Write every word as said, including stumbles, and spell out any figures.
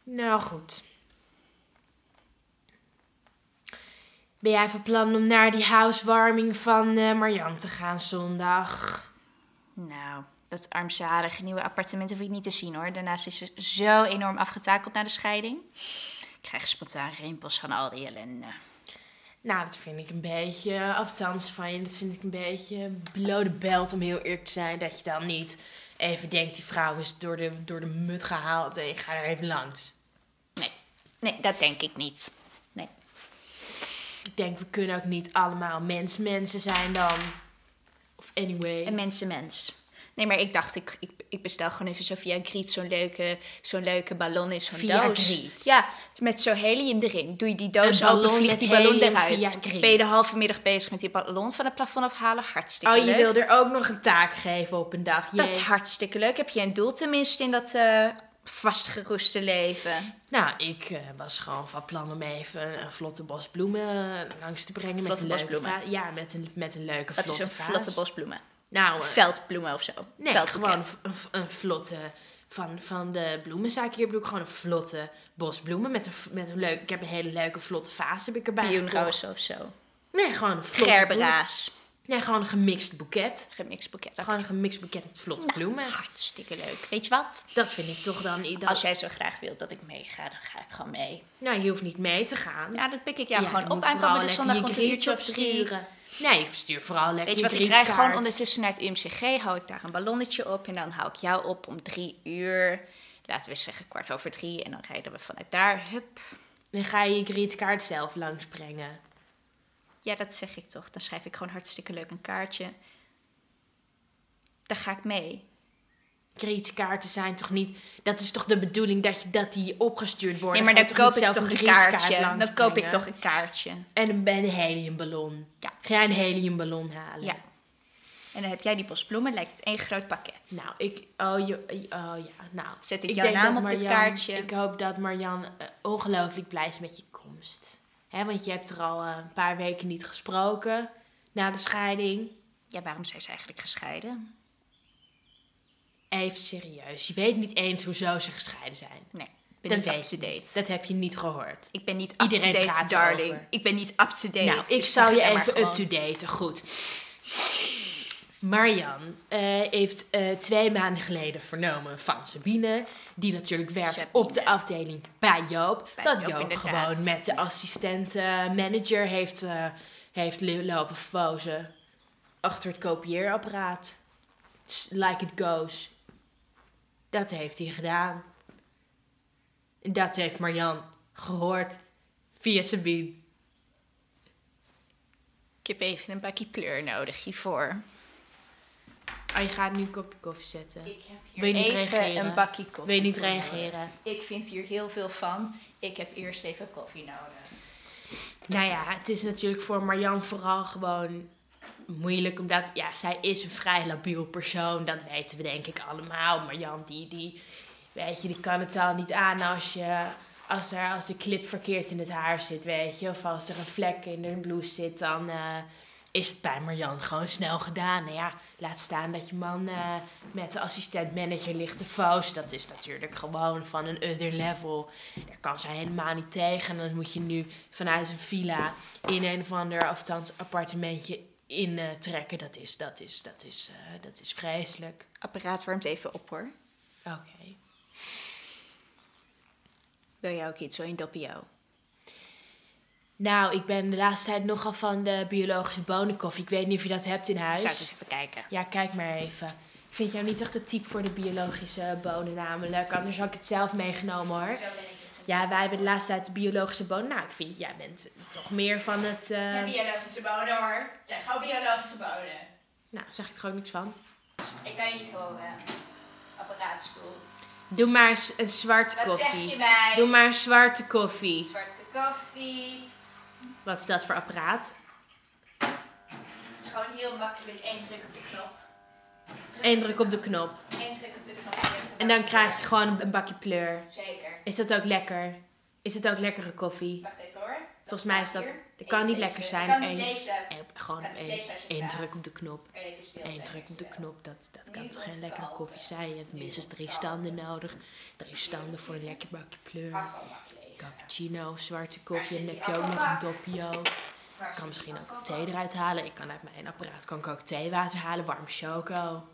Nou goed. Ben jij van plan om naar die housewarming van uh, Marjan te gaan zondag? Nou, dat armzalige nieuwe appartement hoef ik niet te zien hoor. Daarnaast is ze zo enorm afgetakeld na de scheiding. Ik krijg spontaan rimpels van al die ellende. Nou, dat vind ik een beetje, althans van je, dat vind ik een beetje below the belt om heel eerlijk te zijn. Dat je dan niet even denkt, die vrouw is door de, door de mut gehaald en ik ga er even langs. Nee, nee, dat denk ik niet. Nee. Ik denk, we kunnen ook niet allemaal mens-mensen zijn dan. Of anyway. Een mensenmens. Nee, maar ik dacht, ik, ik, ik bestel gewoon even zo via Griet zo'n leuke, zo'n leuke ballon in zo'n via doos. Griet? Ja, met zo'n helium erin. Doe je die doos Een open, ballon vliegt met die ballon helium eruit. via Griet. Ben je de halve middag bezig met die ballon van het plafond afhalen? Hartstikke Oh, leuk. je wil er ook nog een taak geven op een dag. Dat is Jee. hartstikke leuk. Heb je een doel tenminste in dat uh, vastgeroeste leven? Nou, ik uh, was gewoon van plan om even een vlotte bos bloemen langs te brengen. Vlotte met een bos leuke va- Ja, met een, met een leuke Wat vlotte is een vaas. vlotte bos bloemen? Nou, uh, veldbloemen of zo? Nee, Veldboeket. gewoon een, een vlotte... Van, van de bloemenzaak hier bedoel ik gewoon een vlotte bos bloemen. Met een, met een leuk, ik heb een hele leuke vlotte vaas heb ik erbij gekocht. Pioenrozen of zo. Nee, gewoon een vlotte Gerbera's. Nee, gewoon een gemixt boeket. Gemixt boeket. Gewoon een gemixt boeket met vlotte Nou, bloemen. Hartstikke leuk. Weet je wat? Dat vind ik toch dan... Dat, Als jij zo graag wilt dat ik meega, dan ga ik gewoon mee. Nou, je hoeft niet mee te gaan. Ja, dat pik ik jou Ja, gewoon je op moet aankomende vooral zondag lekker rond je een uurtje of grietje drie. opsturen. Nee, stuur vooral lekker Weet je wat, ik je krijg gewoon grietskaart. ondertussen naar het U M C G, hou ik daar een ballonnetje op en dan hou ik jou op om drie uur. Laten we zeggen kwart over drie en dan rijden we vanuit daar. Hup. Dan ga je je grietskaart zelf langsbrengen. Ja, dat zeg ik toch. Dan schrijf ik gewoon hartstikke leuk een kaartje. Daar ga ik mee. Grietskaarten zijn toch niet... Dat is toch de bedoeling dat, je, dat die opgestuurd worden? Nee, maar Ga je dan koop niet ik zelf toch een grietskaart kaartje. Dan langsbrengen? koop ik toch een kaartje. En een, een heliumballon. Ja. Ga jij een heliumballon halen? Ja. En dan heb jij die bos bloemen, lijkt het één groot pakket. Nou, ik... Oh, je, oh ja, nou... Zet ik, ik jouw denk naam dat op dit Marjan- kaartje. Ik hoop dat Marjan uh, ongelooflijk blij is met je komst. Hè, want je hebt er al uh, een paar weken niet gesproken. Na de scheiding. Ja, waarom zijn ze eigenlijk gescheiden? Even serieus. Je weet niet eens hoezo ze gescheiden zijn. Nee, ik ben Dat niet weet je up-to-date. niet. Dat heb je niet gehoord. Ik ben niet Iedereen up-to-date, praat darling. erover. Ik ben niet up-to-date. Nou, ik dus zal zeg je het maar even gewoon. up-to-daten. Goed. Marjan uh, heeft uh, twee maanden geleden vernomen van Sabine. Die natuurlijk werkt Sabine. op de afdeling bij Joop. Bij dat Joop, Joop inderdaad. gewoon met de assistent uh, manager heeft, uh, heeft lopen fozen. Achter het kopieerapparaat. Like it goes. Dat heeft hij gedaan. En dat heeft Marjan gehoord via Sabine. Ik heb even een bakje pleur nodig hiervoor. Oh, je gaat nu een kopje koffie zetten. Ik heb hier Wil je niet even reageren? een bakje koffie. Wil je niet voor reageren? nodig. Ik vind hier heel veel van. Ik heb eerst even koffie nodig. Nou ja, het is natuurlijk voor Marjan vooral gewoon moeilijk. Omdat, ja, zij is een vrij labiel persoon. Dat weten we denk ik allemaal. Marjan, die, die, weet je, die kan het al niet aan als je... Als, er, als de clip verkeerd in het haar zit, weet je. Of als er een vlek in de blouse zit, dan uh, is het bij Marjan gewoon snel gedaan. Nou ja, laat staan dat je man uh, met de assistent-manager ligt te foos. Dat is natuurlijk gewoon van een other level. Daar kan zij helemaal niet tegen. En dan moet je nu vanuit een villa in een of ander, of althans appartementje intrekken. Dat is, dat is, dat is, uh, dat is vreselijk. Apparaat warmt even op hoor. Oké. Okay. Wil jij ook iets, zo in doppio? Nou, ik ben de laatste tijd nogal van de biologische bonenkoffie. Ik weet niet of je dat hebt in huis. Ik zou eens even kijken. Ja, kijk maar even. Ik vind jou niet echt de type voor de biologische bonen namelijk. Anders had ik het zelf meegenomen hoor. Zo ben ik het. Ja, wij hebben de laatste tijd de biologische bonen. Nou, ik vind, jij bent toch meer van het... Uh... Het zijn biologische bonen hoor. Het zijn gewoon biologische bonen. Nou, zeg ik er ook niks van. Ik kan je niet horen. Apparaat spoelt. Doe maar een zwarte Wat koffie. zeg je meid? Doe maar een zwarte koffie. Zwarte koffie. Wat is dat voor apparaat? Het is gewoon heel makkelijk. Eén druk op de knop. Druk Eén druk op de knop. Eén druk op de knop. En dan krijg je gewoon een bakje pleur. Zeker. Is dat ook lekker? Is het ook lekkere koffie? Wacht even hoor. Volgens mij is dat, dat kan niet lekker zijn. Ik kan niet Eén- lezen. en gewoon Kan op niet één, lezen als je één praat. druk op de knop. Kan je even stil Eén zijn, druk op de ja. knop, dat, dat kan Nu toch wordt geen het lekkere al. koffie zijn. Je hebt Nu minstens wordt drie het al. standen nodig. Drie standen voor een lekker bakje pleur. Afvalbak leeg. Cappuccino of zwarte Waar koffie. En zit dan die heb je ook nog een afvalbak? doppio. Waar Ik zit kan misschien die ook afvalbak? thee eruit halen. Ik kan uit mijn apparaat kan ik ook theewater halen. Warme choco.